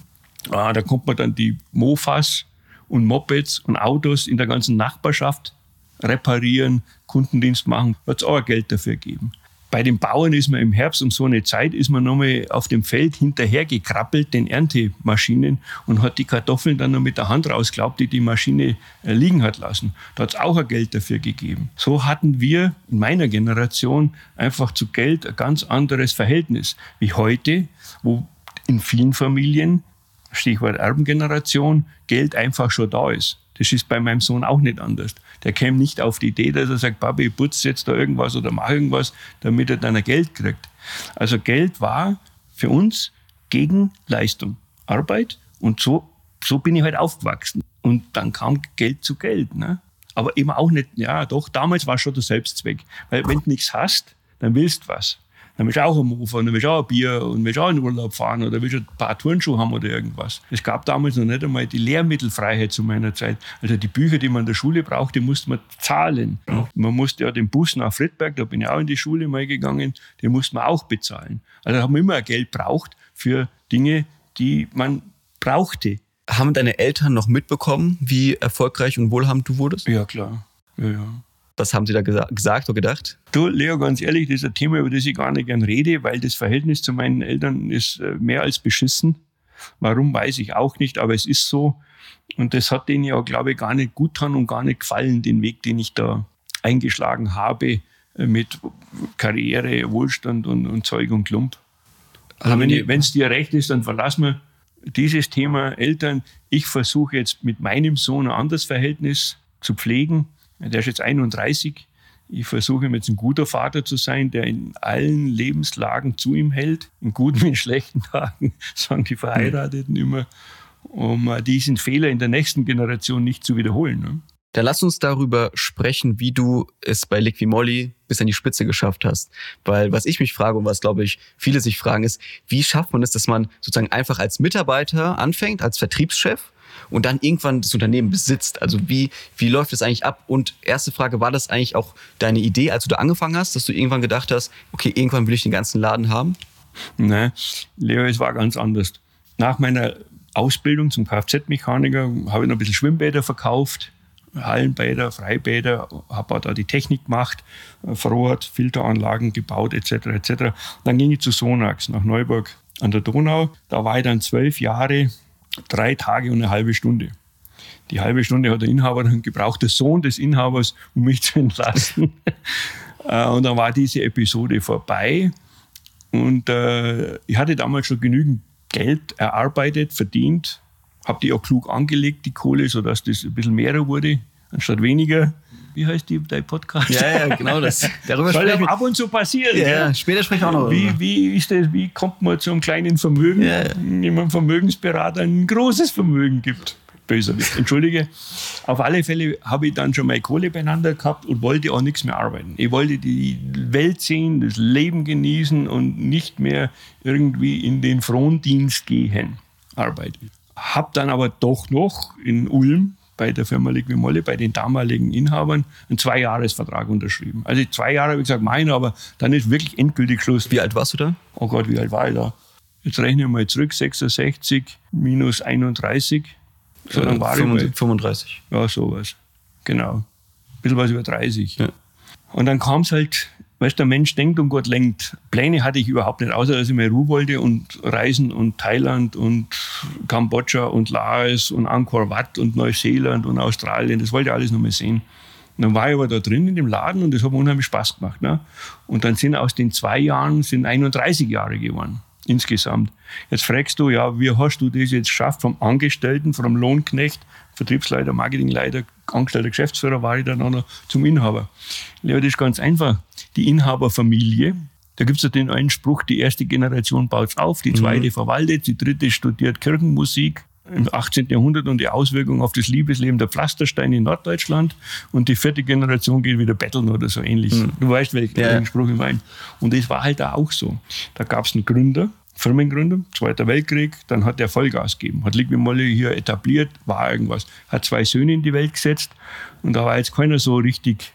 Speaker 3: Da konnte man dann die Mofas und Mopeds und Autos in der ganzen Nachbarschaft reparieren, Kundendienst machen. Da hat es auch Geld dafür gegeben. Bei den Bauern ist man im Herbst um so eine Zeit, ist man nochmal auf dem Feld hinterhergekrabbelt, den Erntemaschinen, und hat die Kartoffeln dann noch mit der Hand rausgeklaubt, die Maschine liegen hat lassen. Da hat es auch Geld dafür gegeben. So hatten wir in meiner Generation einfach zu Geld ein ganz anderes Verhältnis wie heute, wo in vielen Familien, Stichwort Erbengeneration, Geld einfach schon da ist. Das ist bei meinem Sohn auch nicht anders. Der käme nicht auf die Idee, dass er sagt, Papi, ich putze jetzt da irgendwas oder mache irgendwas, damit er dann ein Geld kriegt. Also Geld war für uns gegen Leistung, Arbeit, und so bin ich halt aufgewachsen. Und dann kam Geld zu Geld. Ne? Aber eben auch nicht, ja doch, damals war es schon der Selbstzweck. Weil wenn du nichts hast, dann willst du was. Dann willst du auch ein Mofa, dann willst du auch ein Bier und willst auch in den Urlaub fahren oder willst du ein paar Turnschuhe haben oder irgendwas. Es gab damals noch nicht einmal die Lehrmittelfreiheit zu meiner Zeit. Also die Bücher, die man in der Schule brauchte, musste man zahlen. Ja. Man musste ja den Bus nach Friedberg, da bin ich auch in die Schule mal gegangen, den musste man auch bezahlen. Also da haben wir immer Geld braucht für Dinge, die man brauchte.
Speaker 1: Haben deine Eltern noch mitbekommen, wie erfolgreich und wohlhabend du wurdest?
Speaker 3: Ja, klar. Ja.
Speaker 1: Was haben sie da gesagt oder gedacht?
Speaker 3: Du, Leo, ganz ehrlich, das ist ein Thema, über das ich gar nicht gern rede, weil das Verhältnis zu meinen Eltern ist mehr als beschissen. Warum, weiß ich auch nicht, aber es ist so. Und das hat denen ja, glaube ich, gar nicht gut getan und gar nicht gefallen, den Weg, den ich da eingeschlagen habe mit Karriere, Wohlstand und Zeug und Klump. Aber wenn es dir recht ist, dann verlass mir dieses Thema Eltern. Ich versuche jetzt mit meinem Sohn ein anderes Verhältnis zu pflegen. Der ist jetzt 31. Ich versuche ihm jetzt ein guter Vater zu sein, der in allen Lebenslagen zu ihm hält. In guten wie in schlechten Tagen, sagen die Verheirateten immer, um diesen Fehler in der nächsten Generation nicht zu wiederholen. Ne?
Speaker 1: Dann lass uns darüber sprechen, wie du es bei Liqui-Moly bis an die Spitze geschafft hast. Weil was ich mich frage und was, glaube ich, viele sich fragen, ist, wie schafft man es, dass man sozusagen einfach als Mitarbeiter anfängt, als Vertriebschef, und dann irgendwann das Unternehmen besitzt? Also wie läuft das eigentlich ab? Und erste Frage, war das eigentlich auch deine Idee, als du da angefangen hast, dass du irgendwann gedacht hast, okay, irgendwann will ich den ganzen Laden haben?
Speaker 3: Nein, Leo, es war ganz anders. Nach meiner Ausbildung zum Kfz-Mechaniker habe ich noch ein bisschen Schwimmbäder verkauft, Hallenbäder, Freibäder, habe auch da die Technik gemacht, verrohrt, Filteranlagen gebaut etc. etc. Dann ging ich zu Sonax nach Neuburg an der Donau. Da war ich dann 12 Jahre, 3 Tage und eine halbe Stunde. Die halbe Stunde hat der Inhaber dann gebraucht, der Sohn des Inhabers, um mich zu entlassen. Und dann war diese Episode vorbei. Und ich hatte damals schon genügend Geld erarbeitet, verdient, habe die auch klug angelegt, die Kohle, sodass das ein bisschen mehr wurde, anstatt weniger. Wie heißt dein Podcast?
Speaker 1: Ja, genau das.
Speaker 3: Darüber soll ja ab und zu passieren.
Speaker 1: Ja, später sprechen wir auch noch.
Speaker 3: Wie ist das? Wie kommt man zu einem kleinen Vermögen, wenn man Vermögensberater ein großes Vermögen gibt? Böser Witz, entschuldige. Auf alle Fälle habe ich dann schon meine Kohle beieinander gehabt und wollte auch nichts mehr arbeiten. Ich wollte die Welt sehen, das Leben genießen und nicht mehr irgendwie in den Frondienst gehen, arbeiten. Habe dann aber doch noch in Ulm bei der Firma Liqui-Moly, bei den damaligen Inhabern, einen 2-Jahres-Vertrag unterschrieben. Also 2 Jahre habe ich gesagt, meine, aber dann ist wirklich endgültig Schluss.
Speaker 1: Wie alt warst du da?
Speaker 3: Oh Gott, wie alt war ich da? Jetzt rechne ich mal zurück, 66 minus 31. So lange war
Speaker 1: 35.
Speaker 3: Ja, sowas. Genau. Ein bisschen was über 30. Ja. Und dann kam es halt, weißt du, der Mensch denkt und Gott lenkt. Pläne hatte ich überhaupt nicht, außer dass ich mehr Ruhe wollte und Reisen und Thailand und Kambodscha und Laos und Angkor Wat und Neuseeland und Australien. Das wollte ich alles noch mal sehen. Und dann war ich aber da drin in dem Laden und das hat mir unheimlich Spaß gemacht. Ne? Und dann sind aus den 2 Jahren 31 Jahre geworden. Insgesamt. Jetzt fragst du, ja, wie hast du das jetzt geschafft vom Angestellten, vom Lohnknecht, Vertriebsleiter, Marketingleiter, angestellter Geschäftsführer war ich dann auch noch zum Inhaber. Ja, das ist ganz einfach. Die Inhaberfamilie, da gibt es ja den einen Spruch, die erste Generation baut es auf, die zweite verwaltet, die dritte studiert Kirchenmusik im 18. Jahrhundert und die Auswirkungen auf das Liebesleben der Pflastersteine in Norddeutschland und die 4. Generation geht wieder betteln oder so ähnlich. Du weißt, welchen Spruch ich meine. Und das war halt da auch so. Da gab es einen Gründer, Firmengründer, 2. Weltkrieg, dann hat der Vollgas gegeben, hat Liqui-Moly hier etabliert, war irgendwas, hat 2 Söhne in die Welt gesetzt und da war jetzt keiner so richtig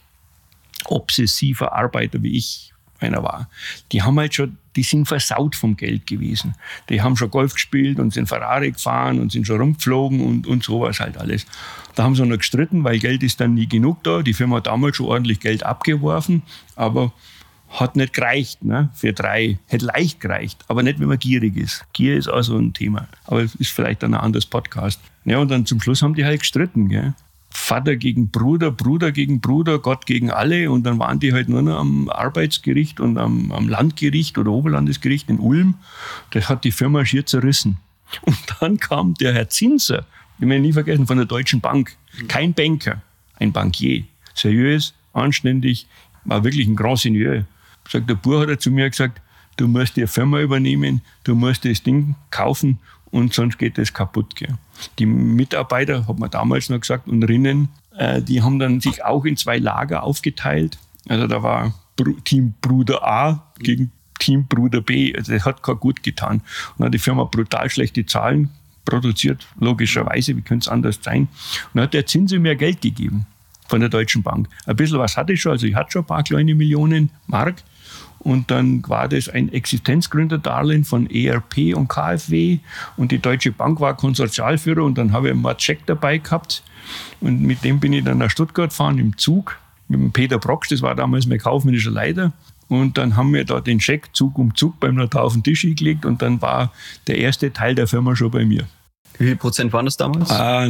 Speaker 3: obsessiver Arbeiter wie ich einer war. Die haben halt schon, die sind versaut vom Geld gewesen. Die haben schon Golf gespielt und sind Ferrari gefahren und sind schon rumgeflogen und sowas halt alles. Da haben sie noch gestritten, weil Geld ist dann nie genug da. Die Firma hat damals schon ordentlich Geld abgeworfen, aber hat nicht gereicht, ne? Für 3. Hätte leicht gereicht, aber nicht, wenn man gierig ist. Gier ist auch so ein Thema. Aber es ist vielleicht dann ein anderes Podcast. Ja, und dann zum Schluss haben die halt gestritten, gell? Vater gegen Bruder, Bruder gegen Bruder, Gott gegen alle. Und dann waren die halt nur noch am Arbeitsgericht und am Landgericht oder Oberlandesgericht in Ulm. Das hat die Firma schier zerrissen. Und dann kam der Herr Zinser, den wir nie vergessen, von der Deutschen Bank. Kein Banker, ein Bankier. Seriös, anständig, war wirklich ein Grand Seigneur. Sagt der Bur, hat er zu mir gesagt, du musst die Firma übernehmen, du musst das Ding kaufen und sonst geht das kaputt. Gell. Die Mitarbeiter, hat man damals noch gesagt, und Rinnen, die haben dann sich auch in 2 Lager aufgeteilt. Also da war Team Bruder A gegen Team Bruder B. Also das hat kein gut getan. Und dann hat die Firma brutal schlechte Zahlen produziert, logischerweise, wie könnte es anders sein. Und dann hat der Zinse mehr Geld gegeben von der Deutschen Bank. Ein bisschen was hatte ich schon, also ich hatte schon ein paar kleine Millionen Mark. Und dann war das ein Existenzgründerdarlehen von ERP und KfW. Und die Deutsche Bank war Konsortialführer. Und dann habe ich einen Check dabei gehabt. Und mit dem bin ich dann nach Stuttgart gefahren im Zug. Mit dem Peter Brocksch, das war damals mein kaufmännischer Leiter. Und dann haben wir da den Scheck Zug um Zug beim Notar auf den Tisch gelegt. Und dann war der erste Teil der Firma schon bei mir.
Speaker 1: Wie viel Prozent waren das damals?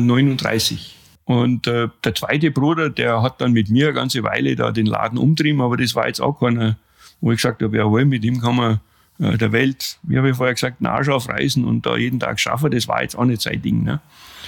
Speaker 3: 39. Und der zweite Bruder, der hat dann mit mir eine ganze Weile da den Laden umtrieben. Aber das war jetzt auch keiner, wo ich gesagt habe, jawohl, mit ihm kann man der Welt, wie habe ich vorher gesagt, einen Arsch aufreißen und da jeden Tag schaffen. Das war jetzt auch nicht sein Ding. Ne?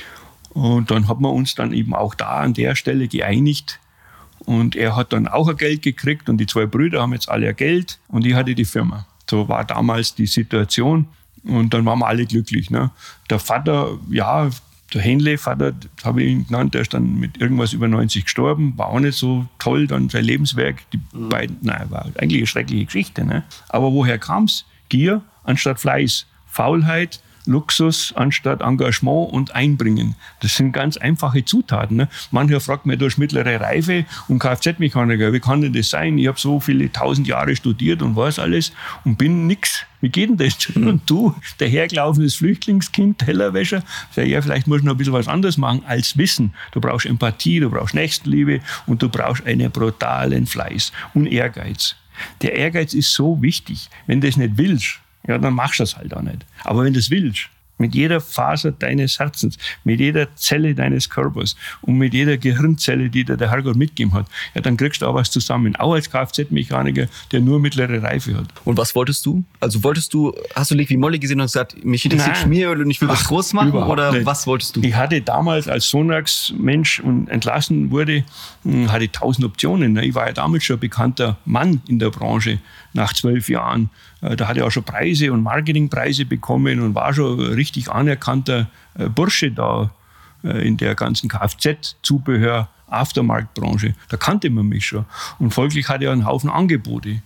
Speaker 3: Und dann hat man uns dann eben auch da an der Stelle geeinigt. Und er hat dann auch ein Geld gekriegt und die 2 Brüder haben jetzt alle ein Geld und ich hatte die Firma. So war damals die Situation und dann waren wir alle glücklich. Ne? Der Vater, ja, der Henle-Vater, habe ich ihn genannt, der ist dann mit irgendwas über 90 gestorben, war auch nicht so toll, dann sein Lebenswerk, die beiden, nein, war eigentlich eine schreckliche Geschichte. Ne? Aber woher kam es? Gier anstatt Fleiß, Faulheit, Luxus anstatt Engagement und Einbringen. Das sind ganz einfache Zutaten. Ne? Mancher fragt mich, du hast mittlere Reife und Kfz-Mechaniker, wie kann denn das sein? Ich habe so viele 1000 Jahre studiert und weiß alles und bin nix. Wie geht denn das? Und du, dahergelaufenes Flüchtlingskind, Tellerwäscher, sag ja, vielleicht musst du noch ein bisschen was anderes machen als Wissen. Du brauchst Empathie, du brauchst Nächstenliebe und du brauchst einen brutalen Fleiß und Ehrgeiz. Der Ehrgeiz ist so wichtig. Wenn du das nicht willst, ja, dann machst du das halt auch nicht. Aber wenn du es willst, mit jeder Faser deines Herzens, mit jeder Zelle deines Körpers und mit jeder Gehirnzelle, die dir der Herrgott mitgegeben hat, ja, dann kriegst du auch was zusammen. Auch als Kfz-Mechaniker, der nur mittlere Reife hat.
Speaker 1: Und was wolltest du? Also hast du Liqui Moly gesehen und gesagt, mich interessiert Schmieröl und ich will das groß machen? Oder nicht. Was wolltest du?
Speaker 3: Ich hatte damals als Sonax-Mensch und entlassen wurde, hatte ich 1000 Optionen. Ich war ja damals schon ein bekannter Mann in der Branche nach 12 Jahren. Da hatte ich auch schon Preise und Marketingpreise bekommen und war schon richtig anerkannter Bursche da in der ganzen Kfz-Zubehör, Aftermarktbranche. Da kannte man mich schon. Und folglich hatte ich einen Haufen Angebote.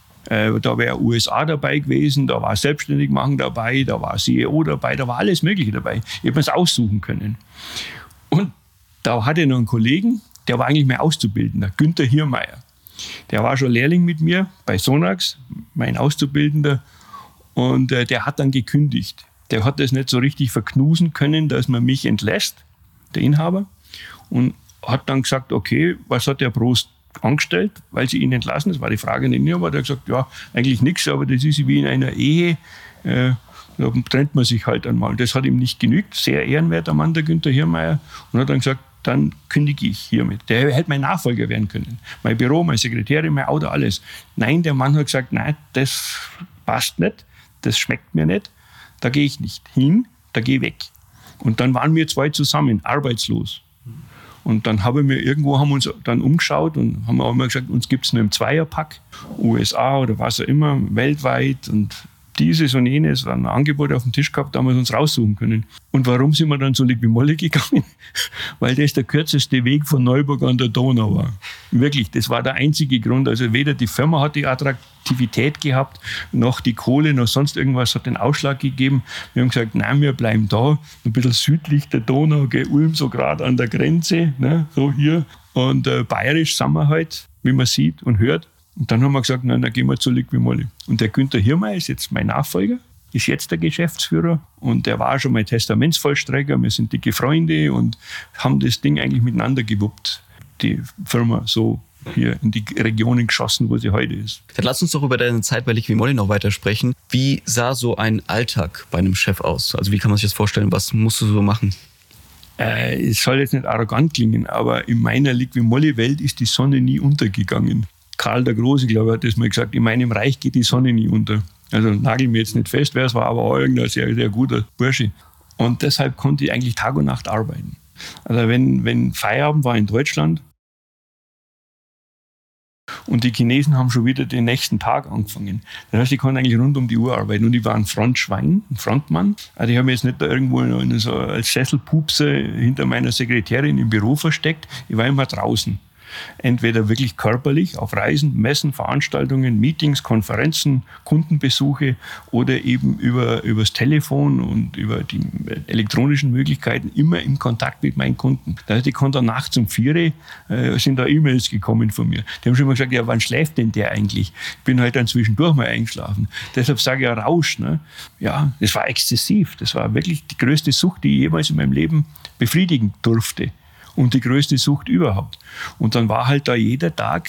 Speaker 3: Da wäre USA dabei gewesen, da war selbstständig machen dabei, da war CEO dabei, da war alles Mögliche dabei. Ich hätte mir es aussuchen können. Und da hatte ich noch einen Kollegen, der war eigentlich mein Auszubildender, Günther Hiermeier. Der war schon Lehrling mit mir bei Sonax, mein Auszubildender, und der hat dann gekündigt. Der hat das nicht so richtig verknusen können, dass man mich entlässt, der Inhaber, und hat dann gesagt, okay, was hat der Prost angestellt, weil sie ihn entlassen? Das war die Frage nicht, aber der hat gesagt, ja, eigentlich nichts, aber das ist wie in einer Ehe, da trennt man sich halt einmal. Das hat ihm nicht genügt, sehr ehrenwerter Mann, der Günther Hiermeier, und hat dann gesagt, dann kündige ich hiermit. Der hätte mein Nachfolger werden können. Mein Büro, meine Sekretärin, mein Auto, alles. Nein, der Mann hat gesagt, nein, das passt nicht, das schmeckt mir nicht, da gehe ich nicht hin, da gehe ich weg. Und dann waren wir zwei zusammen, arbeitslos. Und dann haben wir uns dann umgeschaut und haben auch immer gesagt, uns gibt es nur im Zweierpack, USA oder was auch immer, weltweit, und dieses und jenes, ein Angebot auf dem Tisch gehabt, da haben wir uns raussuchen können. Und warum sind wir dann zu Liqui Moly gegangen? Weil das der kürzeste Weg von Neuburg an der Donau war. Wirklich, das war der einzige Grund. Also weder die Firma hat die Attraktivität gehabt, noch die Kohle, noch sonst irgendwas hat den Ausschlag gegeben. Wir haben gesagt, nein, wir bleiben da, ein bisschen südlich der Donau, Ulm so gerade an der Grenze, ne, so hier. Und bayerisch sind wir halt, wie man sieht und hört. Und dann haben wir gesagt, nein, dann gehen wir zu Liqui Moly. Und der Günther Hiermeier ist jetzt mein Nachfolger, ist jetzt der Geschäftsführer, und der war schon mein Testamentsvollstrecker. Wir sind dicke Freunde und haben das Ding eigentlich miteinander gewuppt, die Firma so hier in die Regionen geschossen, wo sie heute ist.
Speaker 1: Dann lass uns doch über deine Zeit bei Liqui Moly noch weiter sprechen. Wie sah so ein Alltag bei einem Chef aus? Also wie kann man sich das vorstellen? Was musst du so machen?
Speaker 3: Es soll jetzt nicht arrogant klingen, aber in meiner Liqui Moly-Welt ist die Sonne nie untergegangen. Karl der Große, glaube ich, hat das mal gesagt, in meinem Reich geht die Sonne nie unter. Also nagel mir jetzt nicht fest, wer es war, aber auch irgendein sehr, sehr guter Bursche. Und deshalb konnte ich eigentlich Tag und Nacht arbeiten. Also wenn Feierabend war in Deutschland und die Chinesen haben schon wieder den nächsten Tag angefangen. Das heißt, ich konnte eigentlich rund um die Uhr arbeiten. Und ich war ein Frontschwein, ein Frontmann. Also ich habe mich jetzt nicht da irgendwo so als Sesselpupse hinter meiner Sekretärin im Büro versteckt. Ich war immer draußen. Entweder wirklich körperlich auf Reisen, Messen, Veranstaltungen, Meetings, Konferenzen, Kundenbesuche oder eben übers Telefon und über die elektronischen Möglichkeiten immer im Kontakt mit meinen Kunden. Das heißt, ich konnte nachts um 4 sind da E-Mails gekommen von mir. Die haben schon mal gesagt, ja, wann schläft denn der eigentlich? Ich bin halt dann zwischendurch mal eingeschlafen. Deshalb sage ich ja Rausch. Ne? Ja, das war exzessiv. Das war wirklich die größte Sucht, die ich jemals in meinem Leben befriedigen durfte. Und die größte Sucht überhaupt. Und dann war halt da jeder Tag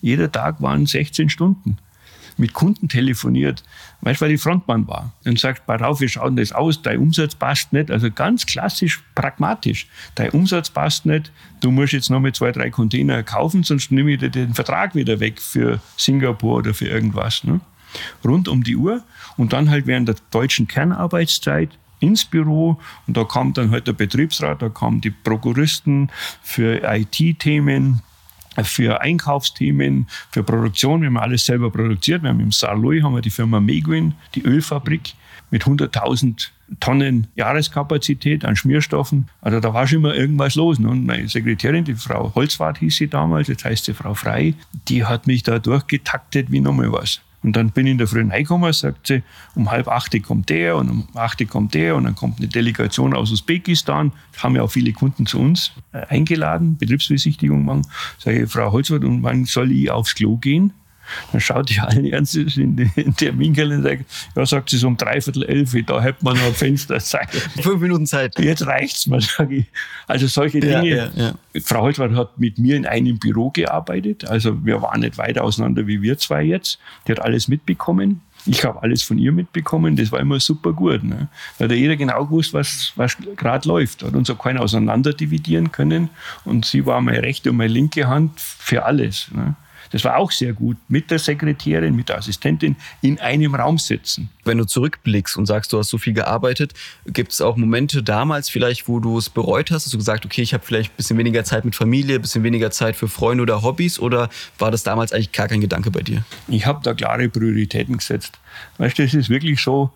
Speaker 3: waren 16 Stunden. Mit Kunden telefoniert, weißt du, weil ich Frontmann war. Und sagt, pass auf, wir schauen das aus, dein Umsatz passt nicht. Also ganz klassisch, pragmatisch. Dein Umsatz passt nicht, du musst jetzt noch mit 2, 3 Container kaufen, sonst nehme ich dir den Vertrag wieder weg für Singapur oder für irgendwas. Ne? Rund um die Uhr. Und dann halt während der deutschen Kernarbeitszeit ins Büro, und da kam dann halt der Betriebsrat, da kamen die Prokuristen für IT-Themen, für Einkaufsthemen, für Produktion. Wir haben alles selber produziert. Wir haben im Saarlouis haben wir die Firma Meguin, die Ölfabrik mit 100.000 Tonnen Jahreskapazität an Schmierstoffen. Also da war schon immer irgendwas los. Und meine Sekretärin, die Frau Holzwart hieß sie damals, jetzt heißt sie Frau Frey, die hat mich da durchgetaktet wie nochmal was. Und dann bin ich in der Früh reingekommen, sagt sie, um 7:30 kommt der und um 8 kommt der und dann kommt eine Delegation aus Usbekistan. Da haben ja auch viele Kunden zu uns eingeladen, Betriebsbesichtigung machen. Sage ich, Frau Holzwart, und wann soll ich aufs Klo gehen? Dann schaut die allen Ernstes in den Terminkalender und sagt, ja, sagt sie, so um 11:45, da hätte man noch ein Fenster Zeit.
Speaker 1: 5 Minuten Zeit.
Speaker 3: Jetzt reicht's mal, sage ich. Also solche Dinge. Ja. Frau Holzwart hat mit mir in einem Büro gearbeitet. Also wir waren nicht weiter auseinander wie wir zwei jetzt. Die hat alles mitbekommen. Ich habe alles von ihr mitbekommen, das war immer super gut. Ne? Da hat ja jeder genau gewusst, was gerade läuft. Hat uns auch keiner auseinander dividieren können. Und sie war meine rechte und meine linke Hand für alles. Ne? Das war auch sehr gut, mit der Sekretärin, mit der Assistentin in einem Raum sitzen.
Speaker 1: Wenn du zurückblickst und sagst, du hast so viel gearbeitet, gibt es auch Momente damals vielleicht, wo du es bereut hast? Hast du gesagt, okay, ich habe vielleicht ein bisschen weniger Zeit mit Familie, ein bisschen weniger Zeit für Freunde oder Hobbys? Oder war das damals eigentlich gar kein Gedanke bei dir?
Speaker 3: Ich habe da klare Prioritäten gesetzt. Weißt du, das ist wirklich so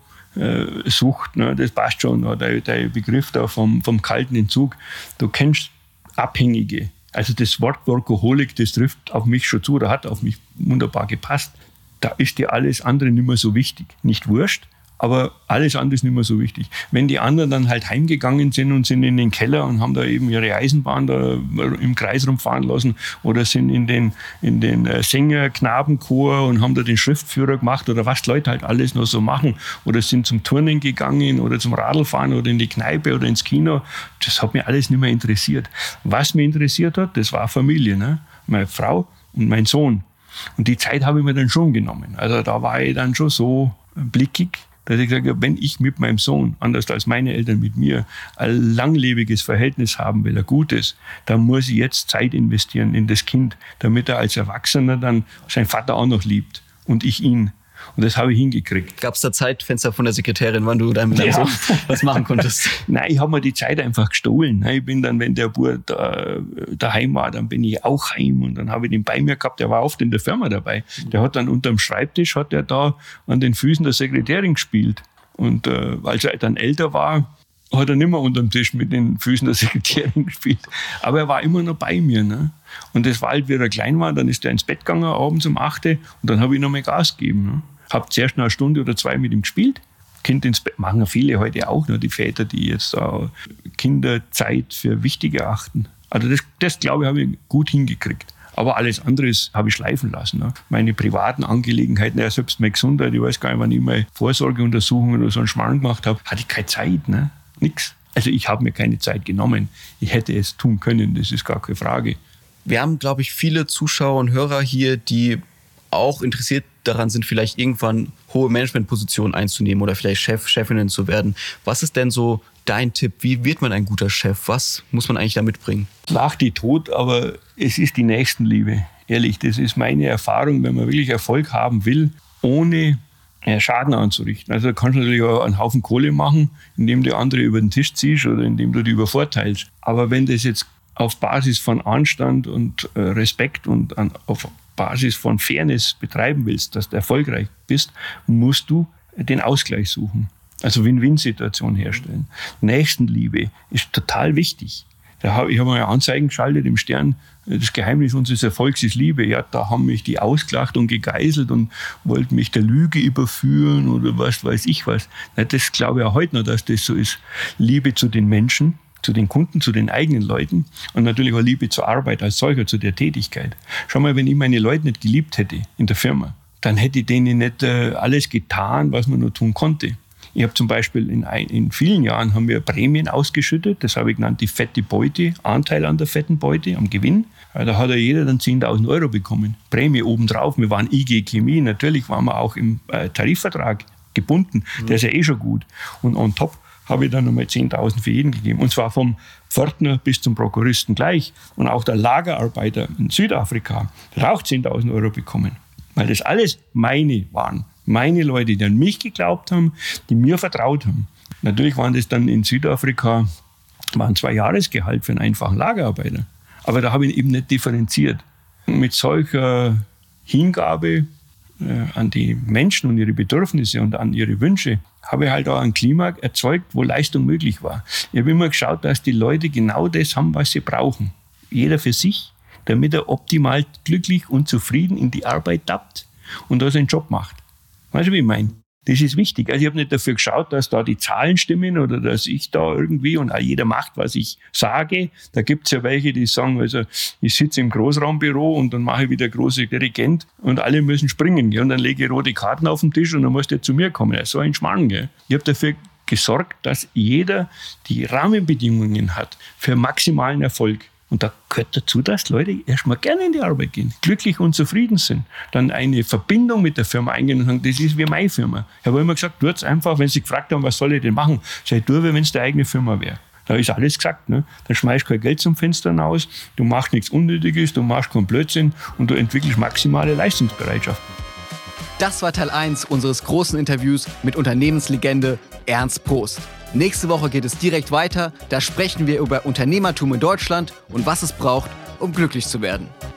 Speaker 3: Sucht, ne? Das passt schon. Ne? Der Begriff da vom kalten Entzug. Du kennst Abhängige. Also das Wort Workaholic, das trifft auf mich schon zu, oder hat auf mich wunderbar gepasst. Da ist dir alles andere nicht mehr so wichtig. Nicht wurscht, aber alles andere ist nicht mehr so wichtig. Wenn die anderen dann halt heimgegangen sind und sind in den Keller und haben da eben ihre Eisenbahn da im Kreis rumfahren lassen oder sind in den Sänger-Knabenchor und haben da den Schriftführer gemacht oder was die Leute halt alles noch so machen oder sind zum Turnen gegangen oder zum Radlfahren oder in die Kneipe oder ins Kino, das hat mich alles nicht mehr interessiert. Was mich interessiert hat, das war Familie, ne? Meine Frau und mein Sohn. Und die Zeit habe ich mir dann schon genommen. Also da war ich dann schon so blickig, dass ich gesagt habe, wenn ich mit meinem Sohn, anders als meine Eltern mit mir, ein langlebiges Verhältnis haben will, ein gutes, dann muss ich jetzt Zeit investieren in das Kind, damit er als Erwachsener dann seinen Vater auch noch liebt und ich ihn. Und das habe ich hingekriegt.
Speaker 1: Gab es da Zeitfenster von der Sekretärin, wann du dann mit deinem Sohn was machen konntest?
Speaker 3: Nein, ich habe mir die Zeit einfach gestohlen. Ich bin dann, wenn der Bub daheim war, dann bin ich auch heim und dann habe ich den bei mir gehabt. Der war oft in der Firma dabei. Der hat dann unterm Schreibtisch, hat er da an den Füßen der Sekretärin gespielt. Und als er dann älter war, hat er nicht mehr unterm Tisch mit den Füßen der Sekretärin gespielt. Aber er war immer noch bei mir. Ne? Und das war halt, wie er klein war, dann ist er ins Bett gegangen, abends um 8 Uhr, und dann habe ich noch mal Gas gegeben. Ne? Habe zuerst noch 1 Stunde oder 2 mit ihm gespielt. Kind ins Bett, machen ja viele heute auch, ne? Die Väter, die jetzt Kinderzeit für wichtig erachten. Also das glaube ich, habe ich gut hingekriegt. Aber alles andere habe ich schleifen lassen. Ne? Meine privaten Angelegenheiten, ja, selbst meine Gesundheit, ich weiß gar nicht, wann ich mal Vorsorgeuntersuchungen oder so einen Schmarrn gemacht habe, hatte ich keine Zeit. Ne? Nix. Also ich habe mir keine Zeit genommen. Ich hätte es tun können, das ist gar keine Frage.
Speaker 1: Wir haben, glaube ich, viele Zuschauer und Hörer hier, die auch interessiert daran sind, vielleicht irgendwann hohe Managementpositionen einzunehmen oder vielleicht Chefinnen zu werden. Was ist denn so dein Tipp? Wie wird man ein guter Chef? Was muss man eigentlich da mitbringen?
Speaker 3: Schlag die tot, aber es ist die Nächstenliebe. Ehrlich, das ist meine Erfahrung, wenn man wirklich Erfolg haben will, ohne Schaden anzurichten. Also da kannst du natürlich auch einen Haufen Kohle machen, indem du andere über den Tisch ziehst oder indem du die übervorteilst. Aber wenn das jetzt auf Basis von Anstand und Respekt und auf Basis von Fairness betreiben willst, dass du erfolgreich bist, musst du den Ausgleich suchen. Also Win-Win-Situation herstellen. Nächstenliebe ist total wichtig. Ich habe mal Anzeigen geschaltet im Stern, das Geheimnis unseres Erfolgs ist Liebe. Ja, da haben mich die ausgelacht und gegeißelt und wollten mich der Lüge überführen oder was weiß ich was. Das glaube ich auch heute noch, dass das so ist. Liebe zu den Menschen, zu den Kunden, zu den eigenen Leuten und natürlich auch Liebe zur Arbeit als solcher, zu der Tätigkeit. Schau mal, wenn ich meine Leute nicht geliebt hätte in der Firma, dann hätte ich denen nicht alles getan, was man nur tun konnte. Ich habe zum Beispiel in vielen Jahren haben wir Prämien ausgeschüttet, das habe ich genannt, die fette Beute, Anteil an der fetten Beute, am Gewinn. Da hat ja jeder dann 10.000 Euro bekommen, Prämie obendrauf. Wir waren IG Chemie, natürlich waren wir auch im Tarifvertrag gebunden, der ist ja eh schon gut. Und on top habe ich dann nochmal 10.000 für jeden gegeben. Und zwar vom Pförtner bis zum Prokuristen gleich. Und auch der Lagerarbeiter in Südafrika hat auch 10.000 Euro bekommen. Weil das alles meine waren. Meine Leute, die an mich geglaubt haben, die mir vertraut haben. Natürlich waren das dann in Südafrika 2 Jahresgehalt für einen einfachen Lagerarbeiter. Aber da habe ich eben nicht differenziert. Mit solcher Hingabe an die Menschen und ihre Bedürfnisse und an ihre Wünsche habe ich halt auch ein Klima erzeugt, wo Leistung möglich war. Ich habe immer geschaut, dass die Leute genau das haben, was sie brauchen. Jeder für sich, damit er optimal glücklich und zufrieden in die Arbeit tappt und da seinen Job macht. Weißt du, wie ich meine? Das ist wichtig. Also ich habe nicht dafür geschaut, dass da die Zahlen stimmen oder dass ich da irgendwie und auch jeder macht, was ich sage. Da gibt es ja welche, die sagen, also ich sitze im Großraumbüro und dann mache ich wieder große Dirigent und alle müssen springen. Gell? Und dann lege ich rote Karten auf den Tisch und dann muss der zu mir kommen. So ein Schmarrn. Gell? Ich habe dafür gesorgt, dass jeder die Rahmenbedingungen hat für maximalen Erfolg. Und da gehört dazu, dass Leute erstmal gerne in die Arbeit gehen, glücklich und zufrieden sind, dann eine Verbindung mit der Firma eingehen und sagen, das ist wie meine Firma. Ich habe immer gesagt, tut's einfach, wenn sie gefragt haben, was soll ich denn machen, sag ich, tu, wie wenn es deine eigene Firma wäre. Da ist alles gesagt. Ne? Dann schmeißt kein Geld zum Fenster raus, du machst nichts Unnötiges, du machst keinen Blödsinn und du entwickelst maximale Leistungsbereitschaft.
Speaker 1: Das war Teil 1 unseres großen Interviews mit Unternehmenslegende Ernst Prost. Nächste Woche geht es direkt weiter. Da sprechen wir über Unternehmertum in Deutschland und was es braucht, um glücklich zu werden.